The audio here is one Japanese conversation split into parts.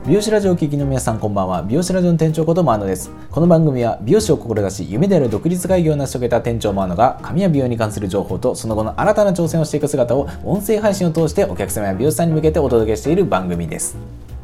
美容師ラジオをお聞きの皆さんこんばんは。美容師ラジオの店長ことマーノです。この番組は美容師を志し夢である独立開業を成し遂げた店長マーノが髪や美容に関する情報とその後の新たな挑戦をしていく姿を音声配信を通してお客様や美容師さんに向けてお届けしている番組です。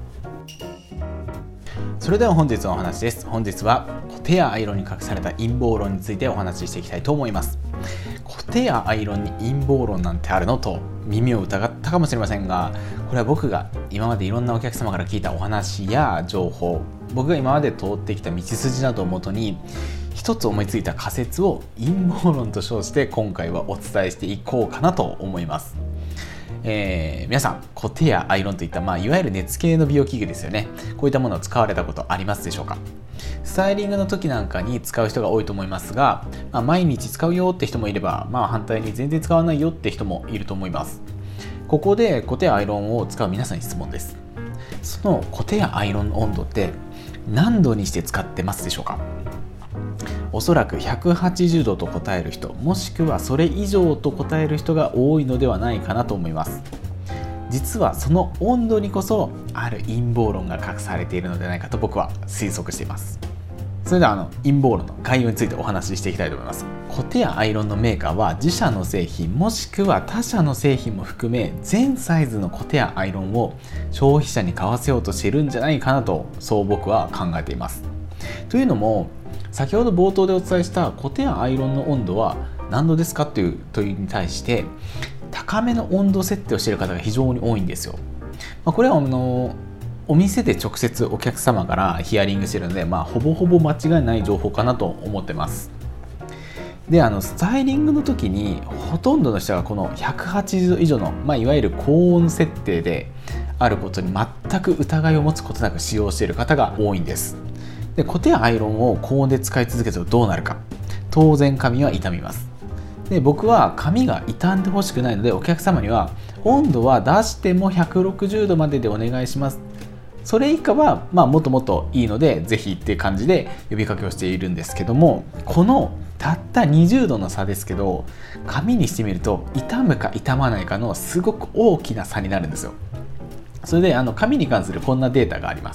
それでは本日のお話です。本日はコテやアイロンに隠された陰謀論についてお話ししていきたいと思います。コテやアイロンに陰謀論なんてあるのと耳を疑ったかもしれませんが、これは僕が今までいろんなお客様から聞いたお話や情報、僕が今まで通ってきた道筋などをもとに一つ思いついた仮説を陰謀論と称して今回はお伝えしていこうかなと思います。皆さんコテやアイロンといった、いわゆる熱系の美容器具ですよね。こういったものを使われたことありますでしょうか。スタイリングの時なんかに使う人が多いと思いますが、毎日使うよって人もいれば、反対に全然使わないよって人もいると思います。ここでコテやアイロンを使う皆さんに質問です。そのコテやアイロンの温度って何度にして使ってますでしょうか。おそらく180度と答える人、もしくはそれ以上と答える人が多いのではないかなと思います。実はその温度にこそある陰謀論が隠されているのではないかと僕は推測しています。それでは陰謀論の概要についてお話ししていきたいと思います。コテやアイロンのメーカーは自社の製品もしくは他社の製品も含め全サイズのコテやアイロンを消費者に買わせようとしているんじゃないかなと、そう僕は考えています。というのも先ほど冒頭でお伝えしたコテやアイロンの温度は何度ですかという問いに対して高めの温度設定をしている方が非常に多いんですよ。これはお店で直接お客様からヒアリングしているので、ほぼほぼ間違いない情報かなと思ってます。で、スタイリングの時にほとんどの人がこの180度以上の、いわゆる高温設定であることに全く疑いを持つことなく使用している方が多いんです。で、コテやアイロンを高温で使い続けるとどうなるか。当然髪は傷みます。で、僕は髪が傷んでほしくないのでお客様には温度は出しても160度まででお願いします。それ以下はもっともっといいのでぜひっていう感じで呼びかけをしているんですけども、このたった20度の差ですけど髪にしてみると傷むか傷まないかのすごく大きな差になるんですよ。それで髪に関するこんなデータがあります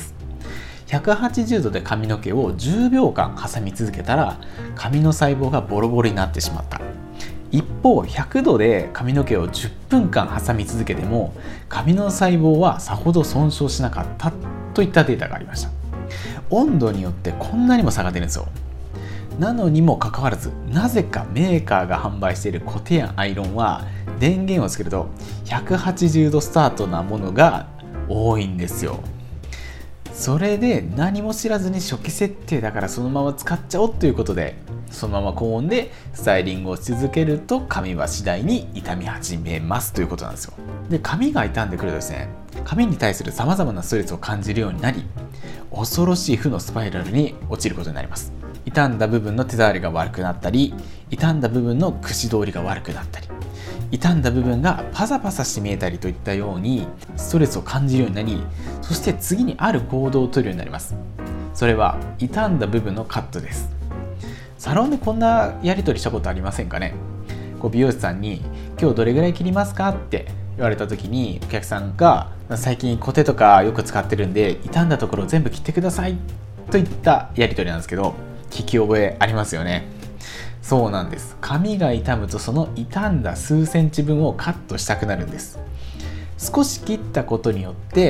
。180度で髪の毛を10秒間挟み続けたら髪の細胞がボロボロになってしまった。一方100度で髪の毛を10分間挟み続けても髪の細胞はさほど損傷しなかったといったデータがありました。温度によってこんなにも差が出るんですよ。なのにもかかわらずなぜかメーカーが販売しているコテやアイロンは電源をつけると180度スタートなものが多いんですよ。それで何も知らずに初期設定だからそのまま使っちゃおうということでそのまま高温でスタイリングをし続けると髪は次第に傷み始めますということなんですよ。で、髪が傷んでくるとですね、髪に対するさまざまなストレスを感じるようになり恐ろしい負のスパイラルに陥ることになります。傷んだ部分の手触りが悪くなったり、傷んだ部分の串通りが悪くなったり、傷んだ部分がパサパサして見えたりといったようにストレスを感じるようになり、そして次にある行動をとるようになります。それは傷んだ部分のカットです。サロンでこんなやり取りしたことありませんかね。美容師さんに今日どれぐらい切りますかって言われた時にお客さんが最近コテとかよく使ってるんで傷んだところを全部切ってくださいといったやり取りなんですけど、聞き覚えありますよね。そうなんです。髪が傷むとその傷んだ数センチ分をカットしたくなるんです。少し切ったことによって、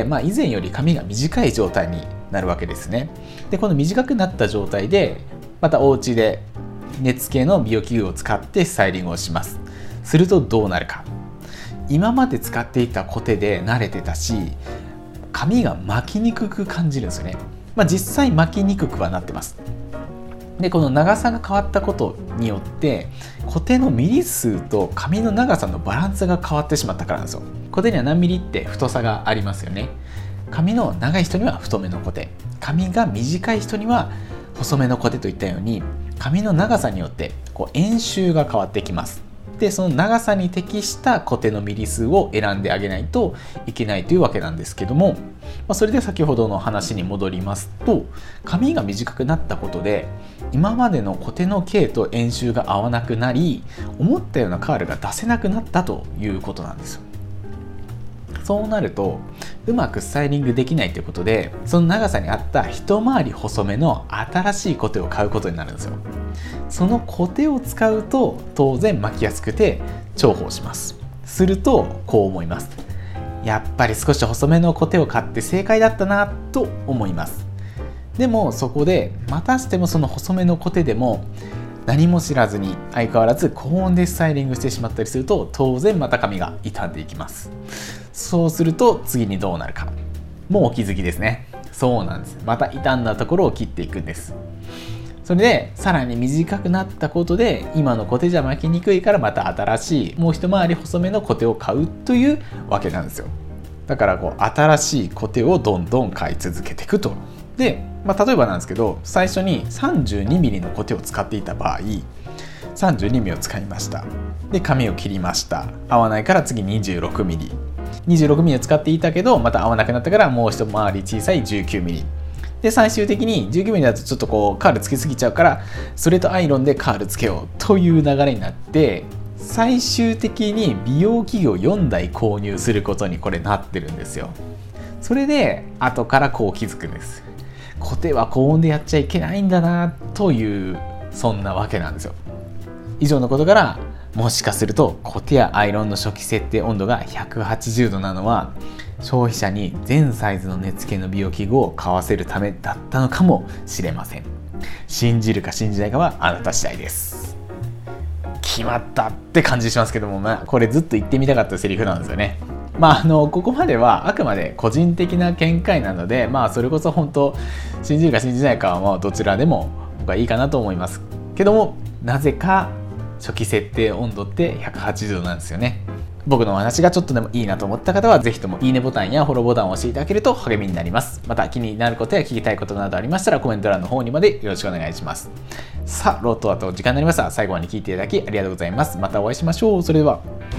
以前より髪が短い状態になるわけですね。で、この短くなった状態でまたお家で熱系の美容器具を使ってスタイリングをします。するとどうなるか。今まで使っていたコテで慣れてたし髪が巻きにくく感じるんですよね。実際巻きにくくはなってます。で、この長さが変わったことによってコテのミリ数と髪の長さのバランスが変わってしまったからなんですよ。コテには何ミリって太さがありますよね。髪の長い人には太めのコテ、髪が短い人には細めのコテといったように髪の長さによって円周が変わってきます。で、その長さに適したコテのミリ数を選んであげないといけないというわけなんですけども、それで先ほどの話に戻りますと、髪が短くなったことで今までのコテの径と円周が合わなくなり思ったようなカールが出せなくなったということなんですよ。 そうなるとうまくスタイリングできないということで、その長さに合った一回り細めの新しいコテを買うことになるんですよ。そのコテを使うと当然巻きやすくて重宝します。するとこう思います。やっぱり少し細めのコテを買って正解だったなと思います。でもそこでまたしてもその細めのコテでも何も知らずに相変わらず高温でスタイリングしてしまったりすると、当然また髪が傷んでいきます。そうすると次にどうなるか、もうお気づきですね。そうなんです。また傷んだところを切っていくんです。それでさらに短くなったことで今のコテじゃ巻きにくいから、また新しいもう一回り細めのコテを買うというわけなんですよ。だから新しいコテをどんどん買い続けていくと。で、例えばなんですけど、最初に 32mm のコテを使っていた場合、32mm を使いました。で髪を切りました。合わないから次 26mm を使っていたけどまた合わなくなったから、もう一回り小さい 19mmで、最終的に 19mm だとちょっとカールつけすぎちゃうからストレートアイロンでカールつけようという流れになって、最終的に美容器具を4台購入することにこれなってるんですよ。それで後からこう気づくんです。コテは高温でやっちゃいけないんだなという、そんなわけなんですよ。以上のことから、もしかするとコテやアイロンの初期設定温度が180度なのは、消費者に全サイズの根付の美容器具を買わせるためだったのかもしれません。信じるか信じないかはあなた次第です。決まったって感じしますけども、これずっと言ってみたかったセリフなんですよね。ここまではあくまで個人的な見解なので、それこそ本当信じるか信じないかはどちらでも僕はいいかなと思いますけども、なぜか初期設定温度って180度なんですよね。僕のお話がちょっとでもいいなと思った方は、ぜひともいいねボタンやフォローボタンを押していただけると励みになります。また気になることや聞きたいことなどありましたら、コメント欄の方にまでよろしくお願いします。さあ、ロットあと時間になりました。最後まで聞いていただきありがとうございます。またお会いしましょう。それでは。